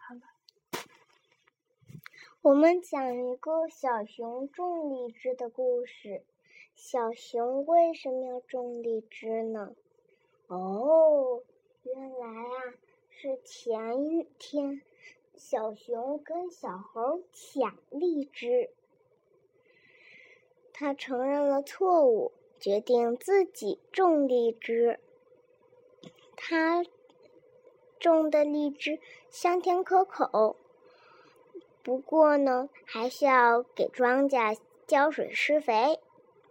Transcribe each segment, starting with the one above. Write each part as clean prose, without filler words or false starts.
我们讲一个小熊种荔枝的故事。小熊为什么要种荔枝呢？原来是前一天小熊跟小猴抢荔枝，他承认了错误，决定自己种荔枝。他种的荔枝香甜可口，不过呢，还需要给庄稼浇水施肥。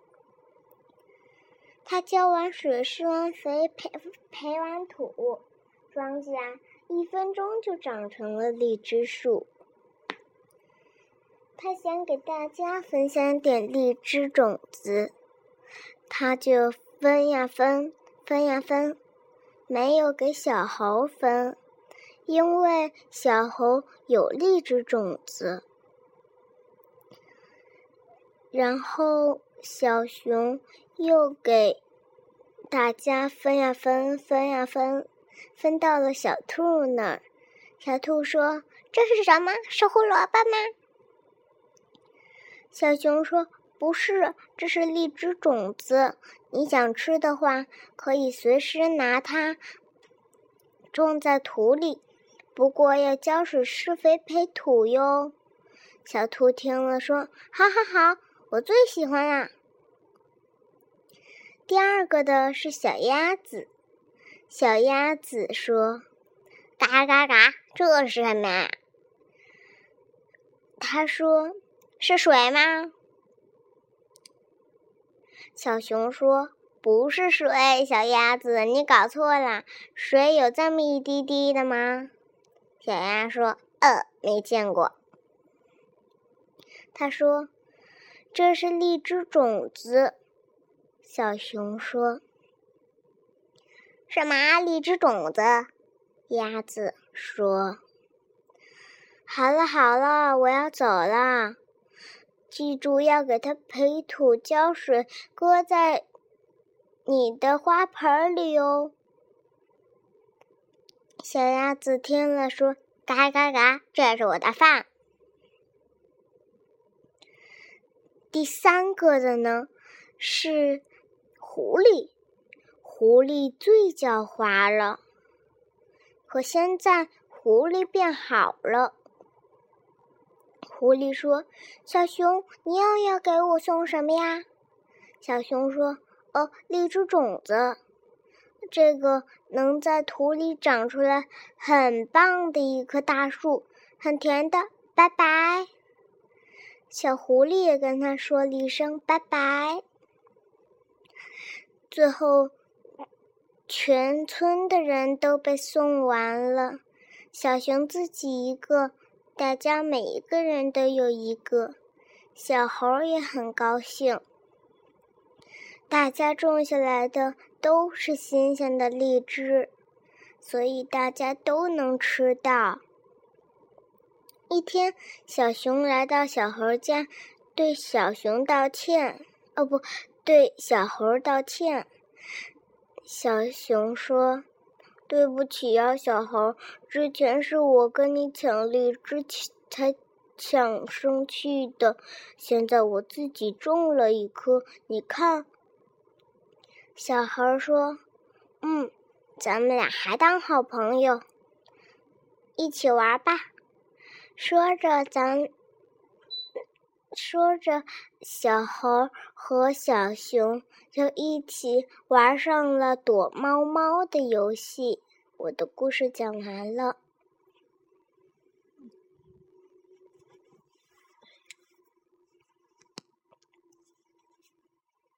他浇完水、施完肥、培完土，庄稼1分钟就长成了荔枝树。他想给大家分享点荔枝种子，他就分呀分，没有给小猴分，因为小猴有荔枝种子。然后小熊又给大家分呀分到了小兔那儿。小兔说：“这是什么？是胡萝卜吗？”小熊说：“不是，这是荔枝种子。你想吃的话，可以随时拿它种在土里，不过要浇水、施肥、培土哟。”小兔听了说：“好，我最喜欢啦。”第二个的是小鸭子。小鸭子说：“嘎嘎嘎，这是什么呀？”他说：“是水吗？”小熊说：“不是水，小鸭子，你搞错了，水有这么一滴滴的吗？”小鸭说：“没见过。”他说：“这是荔枝种子。”小熊说：“什么荔枝种子？”鸭子说：“好了，我要走了。记住要给它培土、浇水，搁在你的花盆里哦。”小鸭子听了说：“嘎嘎嘎，这是我的饭。”第三个的呢是狐狸。狐狸最狡猾了，可现在狐狸变好了。狐狸说：“小熊，你又要给我送什么呀？”小熊说：“荔枝种子，这个能在土里长出来很棒的一棵大树，很甜的，拜拜。”小狐狸也跟他说了一声拜拜。最后全村的人都被送完了，小熊自己一个，大家每一个人都有一个。小猴也很高兴，大家种下来的都是新鲜的荔枝，所以大家都能吃到。一天，小熊来到小猴家，对小熊道歉，对小猴道歉。小熊说：“对不起呀，小猴，之前是我跟你抢荔枝才抢生气的，现在我自己种了一棵，你看。”小猴说：“咱们俩还当好朋友，一起玩吧。”说着，小猴和小熊就一起玩上了躲猫猫的游戏。我的故事讲完了。